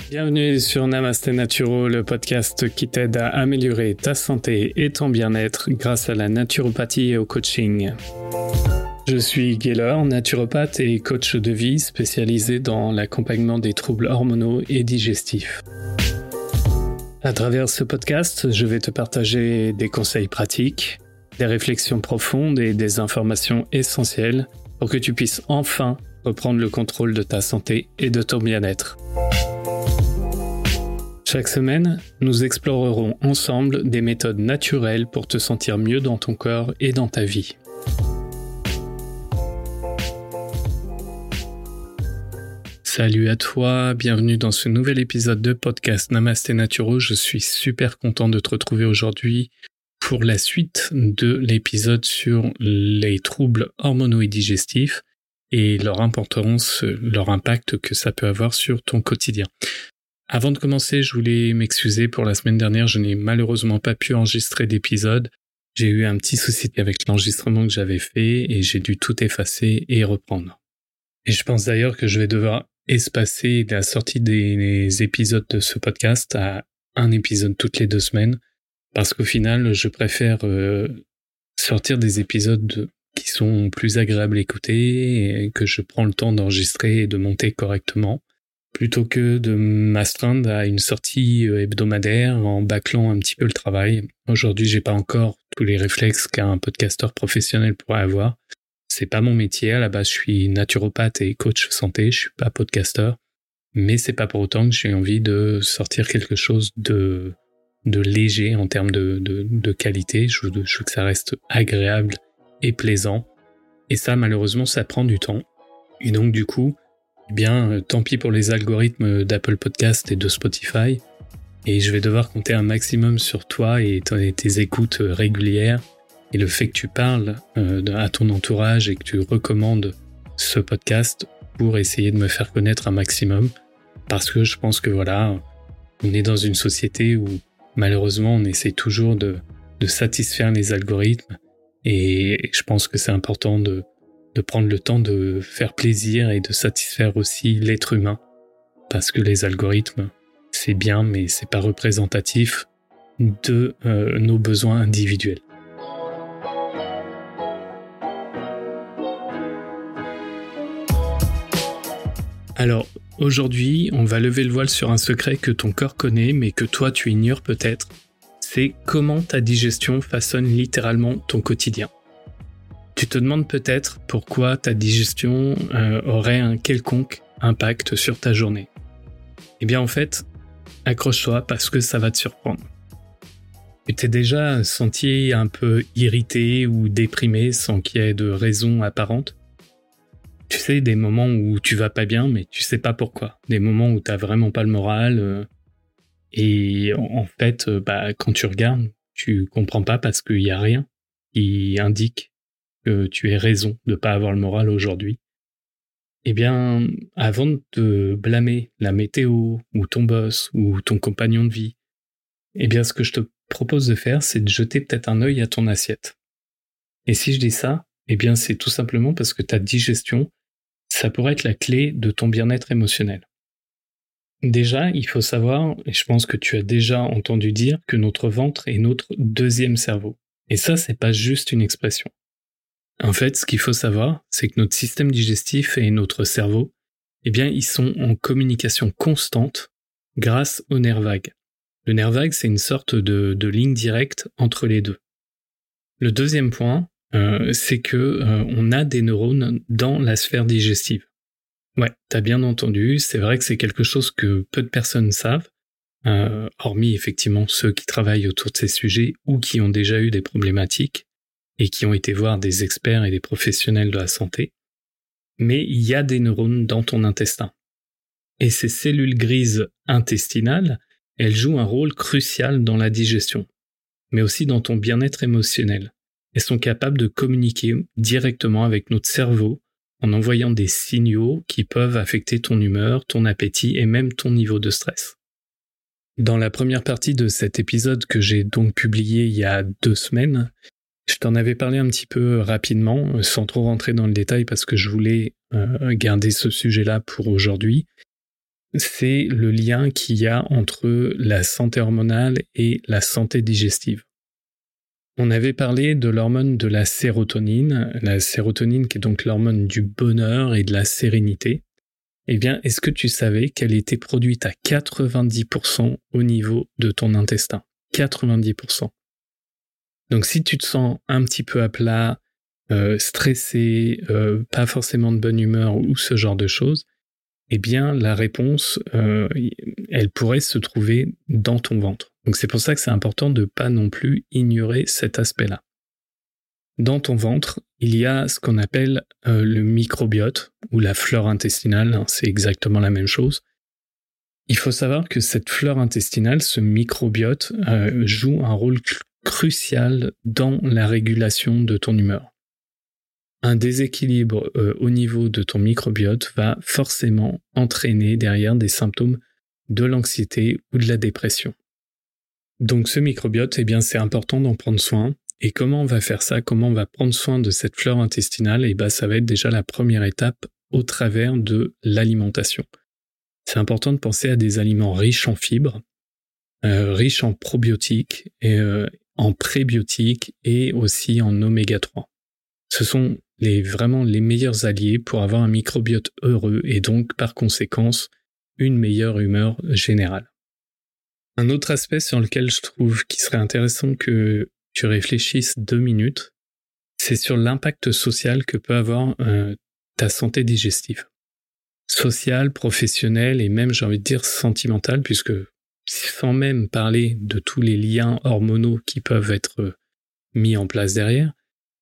Bienvenue sur Namasté Naturo, le podcast qui t'aide à améliorer ta santé et ton bien-être grâce à la naturopathie et au coaching. Je suis Geller, naturopathe et coach de vie spécialisé dans l'accompagnement des troubles hormonaux et digestifs. À travers ce podcast, je vais te partager des conseils pratiques, des réflexions profondes et des informations essentielles pour que tu puisses enfin reprendre le contrôle de ta santé et de ton bien-être. Chaque semaine, nous explorerons ensemble des méthodes naturelles pour te sentir mieux dans ton corps et dans ta vie. Salut à toi, bienvenue dans ce nouvel épisode de podcast Namasté Naturo. Je suis super content de te retrouver aujourd'hui pour la suite de l'épisode sur les troubles hormonaux et digestifs et leur importance, leur impact que ça peut avoir sur ton quotidien. Avant de commencer, je voulais m'excuser pour la semaine dernière, je n'ai malheureusement pas pu enregistrer d'épisode. J'ai eu un petit souci avec l'enregistrement que j'avais fait et j'ai dû tout effacer et reprendre. Et je pense d'ailleurs que je vais devoir espacer la sortie des épisodes de ce podcast à un épisode toutes les 2 semaines parce qu'au final, je préfère sortir des épisodes qui sont plus agréables à écouter et que je prends le temps d'enregistrer et de monter correctement plutôt que de m'astreindre à une sortie hebdomadaire en bâclant un petit peu le travail. Aujourd'hui, j'ai pas encore tous les réflexes qu'un podcasteur professionnel pourrait avoir. C'est pas mon métier, à la base je suis naturopathe et coach santé, je suis pas podcasteur, mais c'est pas pour autant que j'ai envie de sortir quelque chose de léger en termes de qualité. Je veux que ça reste agréable et plaisant, et ça malheureusement ça prend du temps, et donc du coup, tant pis pour les algorithmes d'Apple Podcast et de Spotify, et je vais devoir compter un maximum sur toi et tes écoutes régulières. Et le fait que tu parles à ton entourage et que tu recommandes ce podcast pour essayer de me faire connaître un maximum. Parce que je pense que voilà, on est dans une société où malheureusement on essaie toujours de satisfaire les algorithmes. Et je pense que c'est important de prendre le temps de faire plaisir et de satisfaire aussi l'être humain. Parce que les algorithmes, c'est bien, mais c'est pas représentatif de nos besoins individuels. Alors, aujourd'hui, on va lever le voile sur un secret que ton corps connaît, mais que toi, tu ignores peut-être. C'est comment ta digestion façonne littéralement ton quotidien. Tu te demandes peut-être pourquoi ta digestion aurait un quelconque impact sur ta journée. Eh bien, en fait, accroche-toi parce que ça va te surprendre. Tu t'es déjà senti un peu irrité ou déprimé sans qu'il y ait de raison apparente ? Tu sais, des moments où tu vas pas bien, mais tu sais pas pourquoi. Des moments où t'as vraiment pas le moral. Et en fait, quand tu regardes, tu comprends pas parce qu'il y a rien qui indique que tu aies raison de pas avoir le moral aujourd'hui. Eh bien, avant de te blâmer la météo, ou ton boss, ou ton compagnon de vie, eh bien, ce que je te propose de faire, c'est de jeter peut-être un œil à ton assiette. Et si je dis ça, eh bien, c'est tout simplement parce que ta digestion, ça pourrait être la clé de ton bien-être émotionnel. Déjà, il faut savoir, et je pense que tu as déjà entendu dire, que notre ventre est notre deuxième cerveau. Et ça, c'est pas juste une expression. En fait, ce qu'il faut savoir, c'est que notre système digestif et notre cerveau, eh bien, ils sont en communication constante grâce au nerf vague. Le nerf vague, c'est une sorte de ligne directe entre les deux. Le deuxième point, c'est que on a des neurones dans la sphère digestive. Ouais, t'as bien entendu, c'est vrai que c'est quelque chose que peu de personnes savent, hormis effectivement ceux qui travaillent autour de ces sujets ou qui ont déjà eu des problématiques et qui ont été voir des experts et des professionnels de la santé. Mais il y a des neurones dans ton intestin. Et ces cellules grises intestinales, elles jouent un rôle crucial dans la digestion, mais aussi dans ton bien-être émotionnel. Elles sont capables de communiquer directement avec notre cerveau en envoyant des signaux qui peuvent affecter ton humeur, ton appétit et même ton niveau de stress. Dans la première partie de cet épisode que j'ai donc publié il y a 2 semaines, je t'en avais parlé un petit peu rapidement, sans trop rentrer dans le détail parce que je voulais garder ce sujet-là pour aujourd'hui. c'est le lien qu'il y a entre la santé hormonale et la santé digestive. On avait parlé de l'hormone de la sérotonine qui est donc l'hormone du bonheur et de la sérénité. Eh bien, est-ce que tu savais qu'elle était produite à 90% au niveau de ton intestin ? 90%. Donc si tu te sens un petit peu à plat, stressé, pas forcément de bonne humeur ou ce genre de choses, eh bien la réponse, elle pourrait se trouver dans ton ventre. Donc c'est pour ça que c'est important de pas non plus ignorer cet aspect-là. Dans ton ventre, il y a ce qu'on appelle le microbiote ou la flore intestinale, c'est exactement la même chose. Il faut savoir que cette flore intestinale, ce microbiote, joue un rôle crucial dans la régulation de ton humeur. Un déséquilibre au niveau de ton microbiote va forcément entraîner derrière des symptômes de l'anxiété ou de la dépression. Donc ce microbiote, eh bien c'est important d'en prendre soin. Et comment on va faire ça ? Comment on va prendre soin de cette flore intestinale ? Eh bien ça va être déjà la première étape au travers de l'alimentation. C'est important de penser à des aliments riches en fibres, riches en probiotiques, et, en prébiotiques et aussi en oméga 3. Ce sont vraiment les meilleurs alliés pour avoir un microbiote heureux et donc par conséquence une meilleure humeur générale. Un autre aspect sur lequel je trouve qu'il serait intéressant que tu réfléchisses 2 minutes, c'est sur l'impact social que peut avoir ta santé digestive. Sociale, professionnelle et même, j'ai envie de dire, sentimentale, puisque sans même parler de tous les liens hormonaux qui peuvent être mis en place derrière,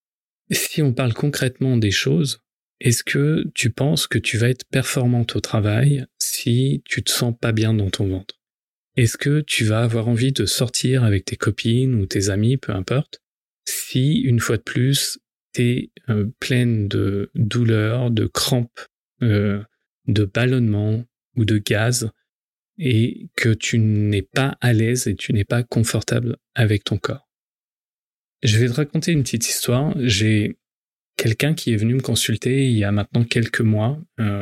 si on parle concrètement des choses, est-ce que tu penses que tu vas être performante au travail si tu te sens pas bien dans ton ventre ? Est-ce que tu vas avoir envie de sortir avec tes copines ou tes amis, peu importe, si, une fois de plus, t'es pleine de douleurs, de crampes, de ballonnements ou de gaz et que tu n'es pas à l'aise et tu n'es pas confortable avec ton corps. Je vais te raconter une petite histoire. J'ai quelqu'un qui est venu me consulter il y a maintenant quelques mois,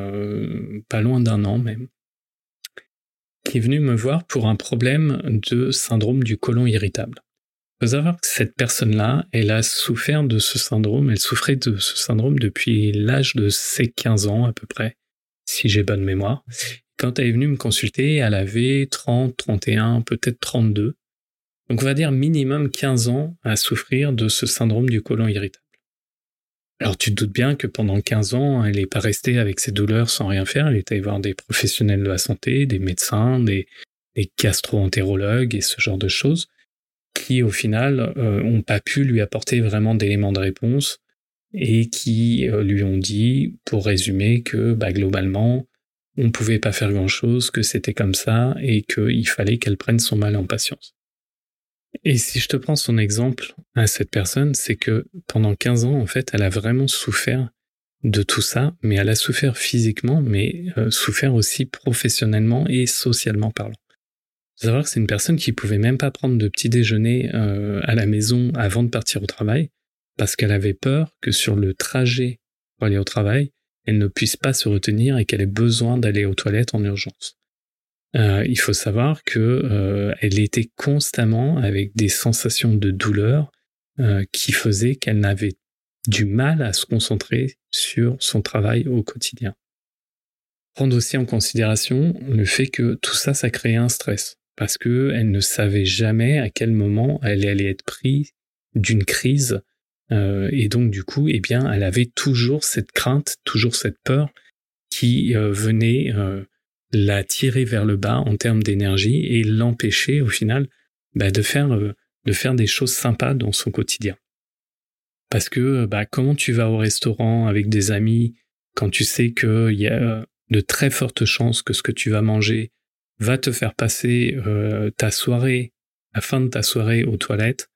pas loin d'1 an même, qui est venu me voir pour un problème de syndrome du côlon irritable. Il faut savoir que cette personne-là, elle a souffert de ce syndrome, elle souffrait de ce syndrome depuis l'âge de ses 15 ans à peu près, si j'ai bonne mémoire. Quand elle est venue me consulter, elle avait 30, 31, peut-être 32. Donc on va dire minimum 15 ans à souffrir de ce syndrome du côlon irritable. Alors tu te doutes bien que pendant 15 ans, elle n'est pas restée avec ses douleurs sans rien faire, elle est allée voir des professionnels de la santé, des médecins, des gastro-entérologues et ce genre de choses, qui au final n'ont pas pu lui apporter vraiment d'éléments de réponse et qui lui ont dit, pour résumer, que globalement, on ne pouvait pas faire grand-chose, que c'était comme ça et qu'il fallait qu'elle prenne son mal en patience. Et si je te prends son exemple à cette personne, c'est que pendant 15 ans, en fait, elle a vraiment souffert de tout ça, mais elle a souffert physiquement, mais souffert aussi professionnellement et socialement parlant. Il faut savoir que c'est une personne qui pouvait même pas prendre de petit déjeuner à la maison avant de partir au travail, parce qu'elle avait peur que sur le trajet pour aller au travail, elle ne puisse pas se retenir et qu'elle ait besoin d'aller aux toilettes en urgence. Il faut savoir que elle était constamment avec des sensations de douleur qui faisaient qu'elle n'avait du mal à se concentrer sur son travail au quotidien. Prendre aussi en considération le fait que tout ça, ça créait un stress, parce qu'elle ne savait jamais à quel moment elle allait être prise d'une crise, et donc du coup, eh bien, elle avait toujours cette crainte, toujours cette peur qui venait la tirer vers le bas en termes d'énergie et l'empêcher au final de faire des choses sympas dans son quotidien. Parce que comment tu vas au restaurant avec des amis quand tu sais qu'il y a de très fortes chances que ce que tu vas manger va te faire passer ta soirée, la fin de ta soirée aux toilettes,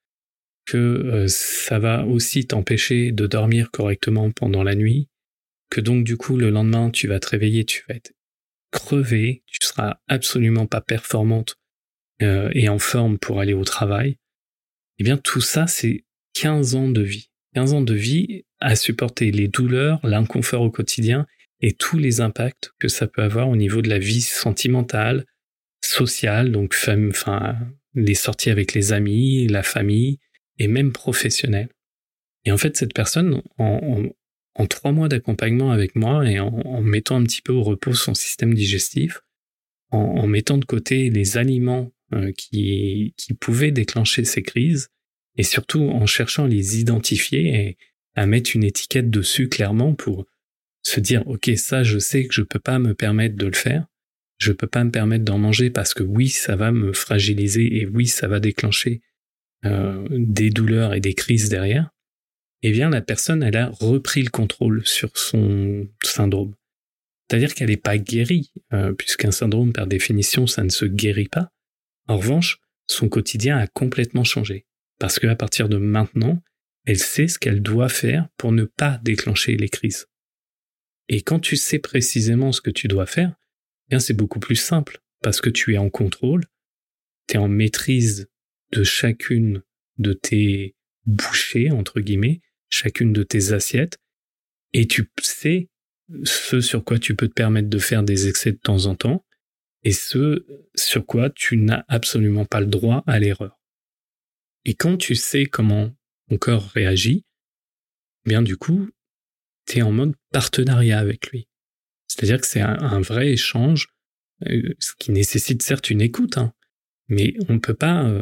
que ça va aussi t'empêcher de dormir correctement pendant la nuit, que donc du coup le lendemain tu vas te réveiller, tu vas être crevé, tu seras absolument pas performante et en forme pour aller au travail. Eh bien tout ça c'est 15 ans de vie. 15 ans de vie à supporter les douleurs, l'inconfort au quotidien et tous les impacts que ça peut avoir au niveau de la vie sentimentale, sociale, donc les sorties avec les amis, la famille, et même professionnelle. Et en fait, cette personne, en 3 mois d'accompagnement avec moi et en mettant un petit peu au repos son système digestif, en mettant de côté les aliments qui pouvaient déclencher ces crises, et surtout en cherchant à les identifier et à mettre une étiquette dessus clairement pour se dire « Ok, ça, je sais que je peux pas me permettre de le faire. Je peux pas me permettre d'en manger parce que oui, ça va me fragiliser et oui, ça va déclencher des douleurs et des crises derrière. » Eh bien, la personne, elle a repris le contrôle sur son syndrome. C'est-à-dire qu'elle n'est pas guérie, puisqu'un syndrome, par définition, ça ne se guérit pas. En revanche, son quotidien a complètement changé. Parce qu'à partir de maintenant, elle sait ce qu'elle doit faire pour ne pas déclencher les crises. Et quand tu sais précisément ce que tu dois faire, eh bien c'est beaucoup plus simple, parce que tu es en contrôle, tu es en maîtrise de chacune de tes bouchées, entre guillemets, chacune de tes assiettes, et tu sais ce sur quoi tu peux te permettre de faire des excès de temps en temps, et ce sur quoi tu n'as absolument pas le droit à l'erreur. Et quand tu sais comment ton corps réagit, bien du coup, tu es en mode partenariat avec lui. C'est-à-dire que c'est un vrai échange, ce qui nécessite certes une écoute, mais on peut pas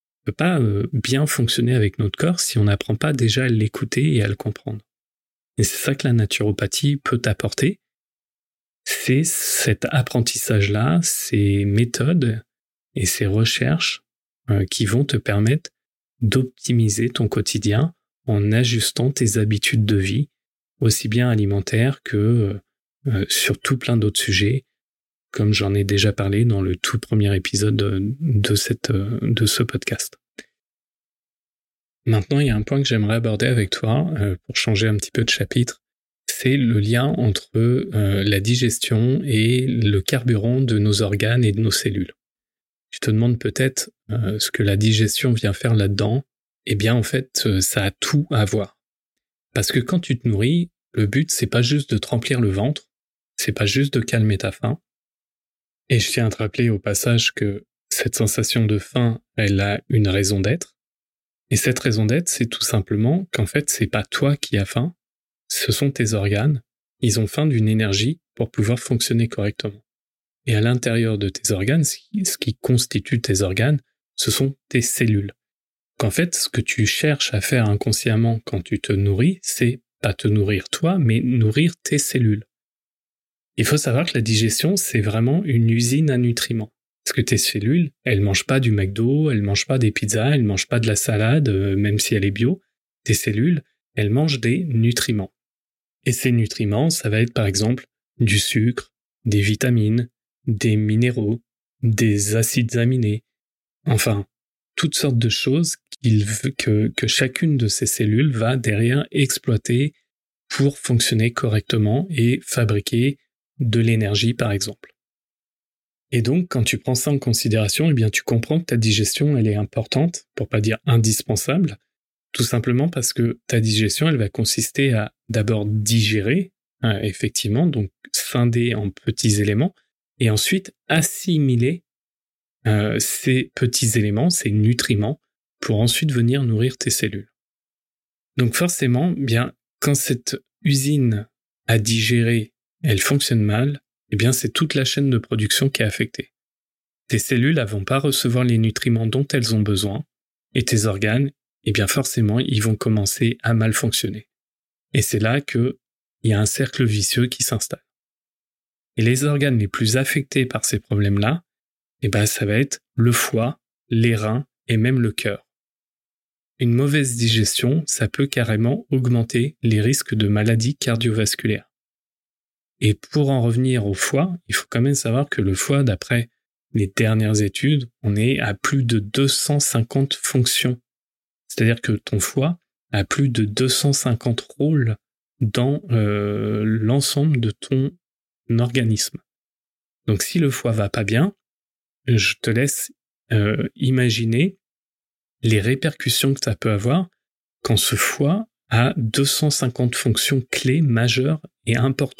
bien fonctionner avec notre corps si on n'apprend pas déjà à l'écouter et à le comprendre. Et c'est ça que la naturopathie peut t'apporter. C'est cet apprentissage-là, ces méthodes et ces recherches qui vont te permettre d'optimiser ton quotidien en ajustant tes habitudes de vie, aussi bien alimentaires que sur tout plein d'autres sujets, comme j'en ai déjà parlé dans le tout premier épisode de ce podcast. Maintenant, il y a un point que j'aimerais aborder avec toi pour changer un petit peu de chapitre, c'est le lien entre la digestion et le carburant de nos organes et de nos cellules. Tu te demandes peut-être ce que la digestion vient faire là-dedans. Eh bien, en fait, ça a tout à voir. Parce que quand tu te nourris, le but, c'est pas juste de te remplir le ventre, c'est pas juste de calmer ta faim. Et je tiens à te rappeler au passage que cette sensation de faim, elle a une raison d'être. Et cette raison d'être, c'est tout simplement qu'en fait, c'est pas toi qui as faim, ce sont tes organes. Ils ont faim d'une énergie pour pouvoir fonctionner correctement. Et à l'intérieur de tes organes, ce qui constitue tes organes, ce sont tes cellules. Qu'en fait, ce que tu cherches à faire inconsciemment quand tu te nourris, c'est pas te nourrir toi, mais nourrir tes cellules. Il faut savoir que la digestion, c'est vraiment une usine à nutriments. Parce que tes cellules, elles mangent pas du McDo, elles mangent pas des pizzas, elles mangent pas de la salade, même si elle est bio. Tes cellules, elles mangent des nutriments. Et ces nutriments, ça va être par exemple du sucre, des vitamines, des minéraux, des acides aminés, enfin, toutes sortes de choses que chacune de ces cellules va derrière exploiter pour fonctionner correctement et fabriquer de l'énergie par exemple. Et donc, quand tu prends ça en considération, eh bien, tu comprends que ta digestion, elle est importante, pour pas dire indispensable, tout simplement parce que ta digestion, elle va consister à d'abord digérer, effectivement, donc scinder en petits éléments, et ensuite assimiler ces petits éléments, ces nutriments, pour ensuite venir nourrir tes cellules. Donc forcément, bien, quand cette usine à digérer, elle fonctionne mal, eh bien c'est toute la chaîne de production qui est affectée. Tes cellules ne vont pas recevoir les nutriments dont elles ont besoin, et tes organes, eh bien forcément, ils vont commencer à mal fonctionner. Et c'est là qu'il y a un cercle vicieux qui s'installe. Et les organes les plus affectés par ces problèmes-là, eh ben ça va être le foie, les reins et même le cœur. Une mauvaise digestion, ça peut carrément augmenter les risques de maladies cardiovasculaires. Et pour en revenir au foie, il faut quand même savoir que le foie, d'après les dernières études, on est à plus de 250 fonctions. C'est-à-dire que ton foie a plus de 250 rôles dans l'ensemble de ton organisme. Donc si le foie va pas bien, je te laisse imaginer les répercussions que ça peut avoir quand ce foie a 250 fonctions clés majeures et importantes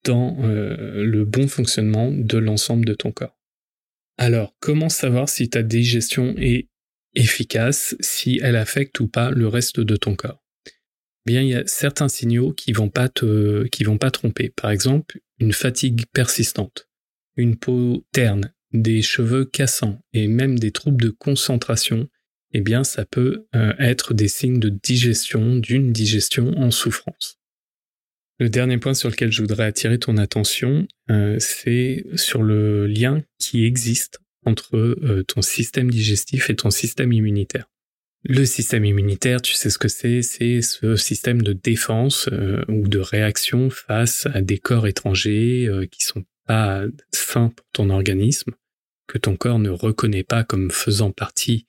dans le bon fonctionnement de l'ensemble de ton corps. Alors, comment savoir si ta digestion est efficace, si elle affecte ou pas le reste de ton corps? Bien, il y a certains signaux qui vont pas tromper. Par exemple, une fatigue persistante, une peau terne, des cheveux cassants et même des troubles de concentration. Eh bien, ça peut être des signes d'une digestion en souffrance. Le dernier point sur lequel je voudrais attirer ton attention, c'est sur le lien qui existe entre ton système digestif et ton système immunitaire. Le système immunitaire, tu sais ce que c'est ce système de défense ou de réaction face à des corps étrangers qui sont pas sains pour ton organisme, que ton corps ne reconnaît pas comme faisant partie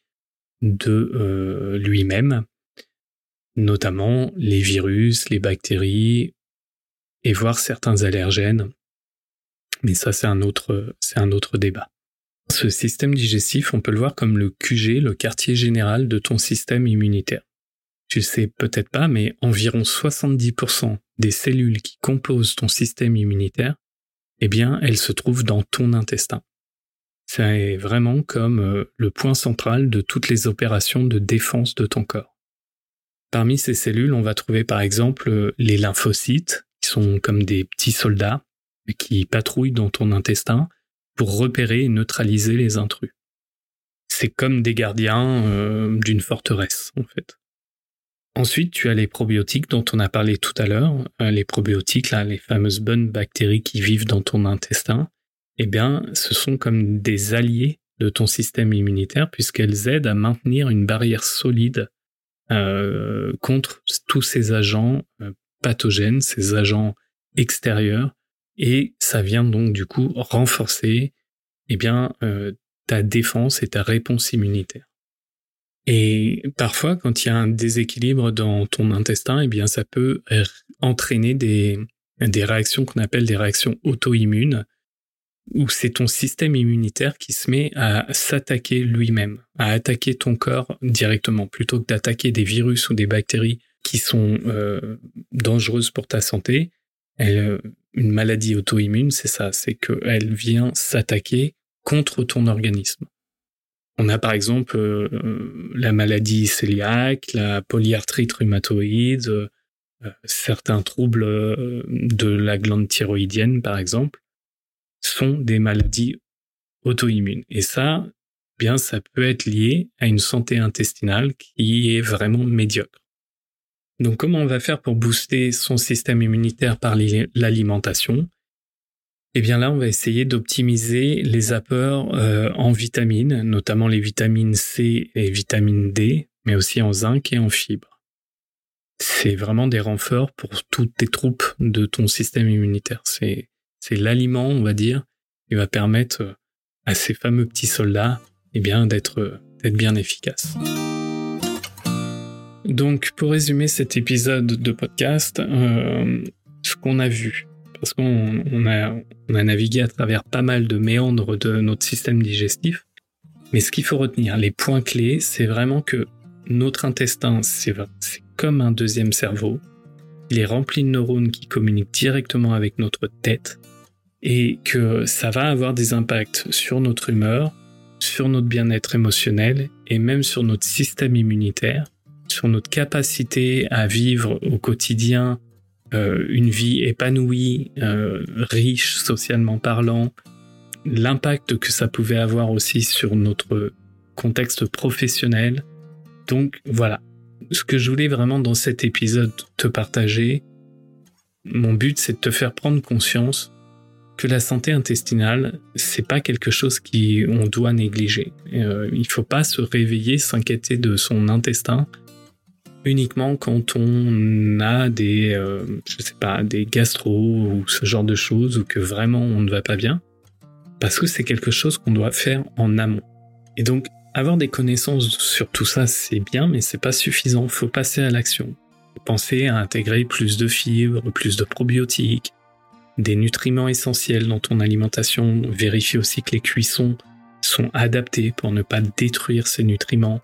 de lui-même, notamment les virus, les bactéries et voire certains allergènes. Mais ça, c'est un autre débat. Ce système digestif, on peut le voir comme le QG, le quartier général de ton système immunitaire. Tu le sais peut-être pas, mais environ 70% des cellules qui composent ton système immunitaire, eh bien, elles se trouvent dans ton intestin. C'est vraiment comme le point central de toutes les opérations de défense de ton corps. Parmi ces cellules, on va trouver par exemple les lymphocytes, qui sont comme des petits soldats qui patrouillent dans ton intestin pour repérer et neutraliser les intrus. C'est comme des gardiens d'une forteresse, en fait. Ensuite, tu as les probiotiques dont on a parlé tout à l'heure. Les probiotiques, là, les fameuses bonnes bactéries qui vivent dans ton intestin, eh bien, ce sont comme des alliés de ton système immunitaire puisqu'elles aident à maintenir une barrière solide contre tous ces agents pathogènes, ces agents extérieurs, et ça vient donc du coup renforcer ta défense et ta réponse immunitaire. Et parfois, quand il y a un déséquilibre dans ton intestin, eh bien ça peut entraîner des réactions qu'on appelle des réactions auto-immunes, où c'est ton système immunitaire qui se met à s'attaquer lui-même, à attaquer ton corps directement, plutôt que d'attaquer des virus ou des bactéries qui sont dangereuses pour ta santé. Une maladie auto-immune, c'est ça, c'est qu'elle vient s'attaquer contre ton organisme. On a par exemple la maladie cœliaque, la polyarthrite rhumatoïde, certains troubles de la glande thyroïdienne par exemple, sont des maladies auto-immunes. Et ça, bien, ça peut être lié à une santé intestinale qui est vraiment médiocre. Donc, comment on va faire pour booster son système immunitaire par l'alimentation? Eh bien là, on va essayer d'optimiser les apports en vitamines, notamment les vitamines C et vitamine D, mais aussi en zinc et en fibres. C'est vraiment des renforts pour toutes tes troupes de ton système immunitaire. C'est l'aliment, on va dire, qui va permettre à ces fameux petits soldats d'être bien efficaces. Donc, pour résumer cet épisode de podcast, ce qu'on a vu, parce qu'on a navigué à travers pas mal de méandres de notre système digestif, mais ce qu'il faut retenir, les points clés, c'est vraiment que notre intestin, c'est comme un deuxième cerveau. Il est rempli de neurones qui communiquent directement avec notre tête et que ça va avoir des impacts sur notre humeur, sur notre bien-être émotionnel et même sur notre système immunitaire, sur notre capacité à vivre au quotidien une vie épanouie, riche socialement parlant, l'impact que ça pouvait avoir aussi sur notre contexte professionnel. Donc voilà, ce que je voulais vraiment dans cet épisode te partager, mon but c'est de te faire prendre conscience que la santé intestinale, c'est pas quelque chose qu'on doit négliger. Il faut pas se réveiller, s'inquiéter de son intestin uniquement quand on a des gastro ou ce genre de choses, ou que vraiment on ne va pas bien, parce que c'est quelque chose qu'on doit faire en amont. Et donc, avoir des connaissances sur tout ça, c'est bien, mais c'est pas suffisant. Faut passer à l'action. Penser à intégrer plus de fibres, plus de probiotiques, des nutriments essentiels dans ton alimentation. Vérifie aussi que les cuissons sont adaptées pour ne pas détruire ces nutriments.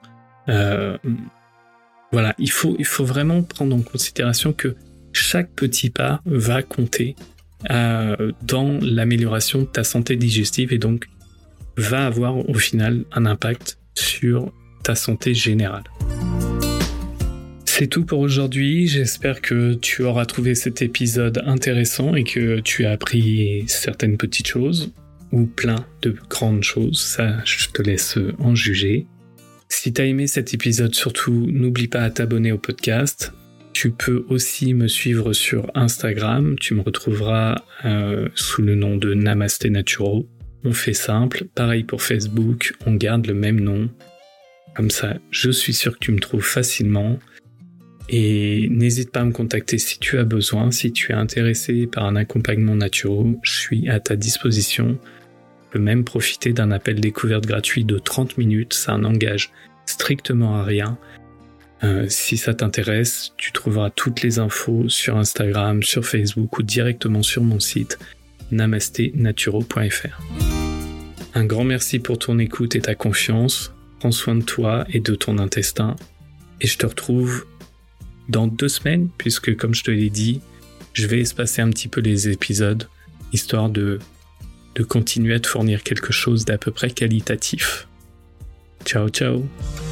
Voilà, il faut vraiment prendre en considération que chaque petit pas va compter dans l'amélioration de ta santé digestive et donc va avoir au final un impact sur ta santé générale. C'est tout pour aujourd'hui, j'espère que tu auras trouvé cet épisode intéressant et que tu as appris certaines petites choses ou plein de grandes choses, ça je te laisse en juger. Si tu as aimé cet épisode, surtout n'oublie pas à t'abonner au podcast. Tu peux aussi me suivre sur Instagram, tu me retrouveras sous le nom de Namasté Naturo. On fait simple, pareil pour Facebook, on garde le même nom. Comme ça, je suis sûr que tu me trouves facilement. Et n'hésite pas à me contacter si tu as besoin, si tu es intéressé par un accompagnement naturel, je suis à ta disposition. Tu peux même profiter d'un appel découverte gratuit de 30 minutes, ça n'engage strictement à rien. Si ça t'intéresse, tu trouveras toutes les infos sur Instagram, sur Facebook ou directement sur mon site namastenaturo.fr. Un grand merci pour ton écoute et ta confiance. Prends soin de toi et de ton intestin. Et je te retrouve dans 2 semaines, puisque comme je te l'ai dit, je vais espacer un petit peu les épisodes, histoire de continuer à te fournir quelque chose d'à peu près qualitatif. Ciao, ciao!